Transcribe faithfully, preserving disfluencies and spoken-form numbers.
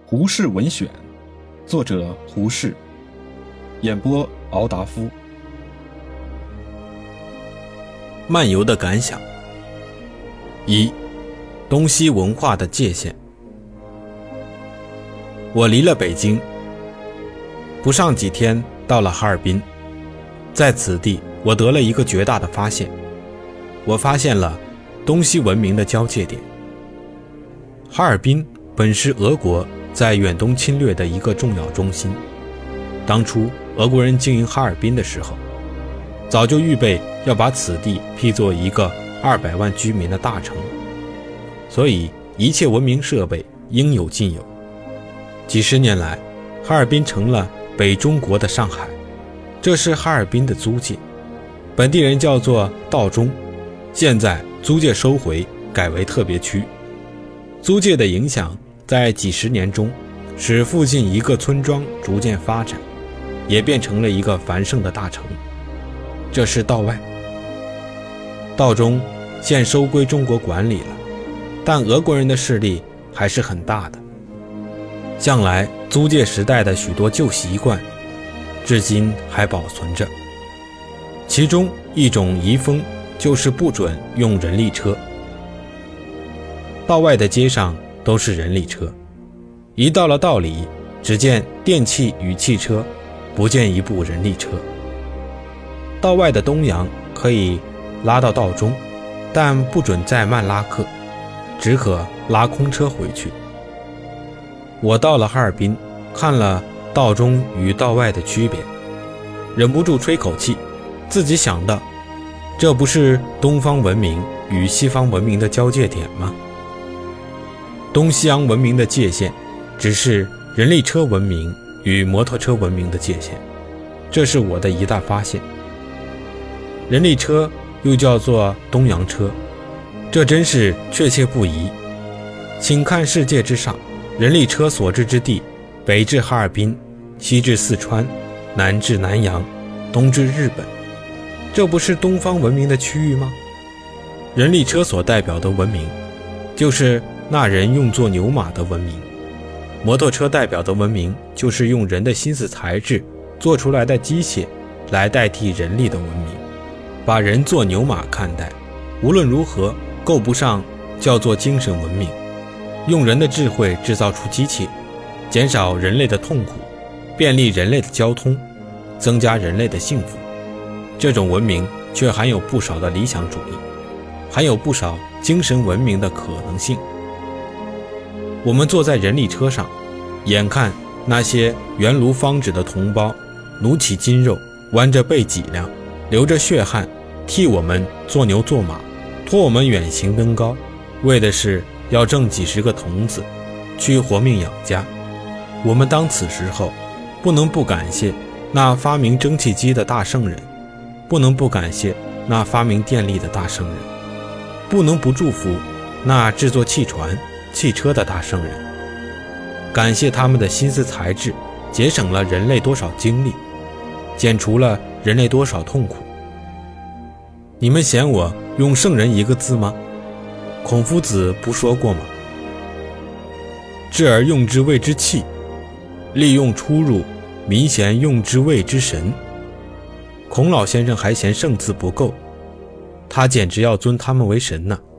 胡适文选，作者胡适，演播敖达夫。 漫游的感想。一、东西文化的界限。我离了北京，不上几天到了哈尔滨。在此地，我得了一个绝大的发现，我发现了东西文明的交界点。哈尔滨本是俄国在远东侵略的一个重要中心，当初俄国人经营哈尔滨的时候，早就预备要把此地辟作一个二百万居民的大城，所以一切文明设备应有尽有。几十年来，哈尔滨成了北中国的上海，这是哈尔滨的租界，本地人叫做道中，现在租界收回，改为特别区。租界的影响在几十年中使附近一个村庄逐渐发展，也变成了一个繁盛的大城。这是道外。道中现收归中国管理了，但俄国人的势力还是很大的。向来租界时代的许多旧习惯至今还保存着，其中一种遗风就是不准用人力车。道外的街上都是人力车，一到了道里，只见电器与汽车，不见一部人力车。道外的东洋可以拉到道中，但不准再慢拉客，只可拉空车回去。我到了哈尔滨，看了道中与道外的区别，忍不住吹口气，自己想到，这不是东方文明与西方文明的交界点吗？东西洋文明的界限只是人力车文明与摩托车文明的界限，这是我的一大发现。人力车又叫做东洋车，这真是确切不疑。请看世界之上，人力车所至之地，北至哈尔滨，西至四川，南至南洋，东至日本，这不是东方文明的区域吗？人力车所代表的文明就是那人用作牛马的文明，摩托车代表的文明就是用人的心思材质做出来的机械来代替人力的文明。把人做牛马看待，无论如何够不上叫做精神文明。用人的智慧制造出机器，减少人类的痛苦，便利人类的交通，增加人类的幸福，这种文明却含有不少的理想主义，含有不少精神文明的可能性。我们坐在人力车上，眼看那些原炉方纸的同胞努起筋肉，弯着背脊梁，流着血汗，替我们做牛做马，拖我们远行登高，为的是要挣几十个铜子去活命养家。我们当此时候不能不感谢那发明蒸汽机的大圣人，不能不感谢那发明电力的大圣人，不能不祝福那制作汽船汽车的大圣人。感谢他们的心思材质节省了人类多少精力，减除了人类多少痛苦。你们嫌我用圣人一个字吗？孔夫子不说过吗？智而用之谓之器，利用出入，民贤用之谓之神。孔老先生还嫌圣字不够，他简直要尊他们为神呢。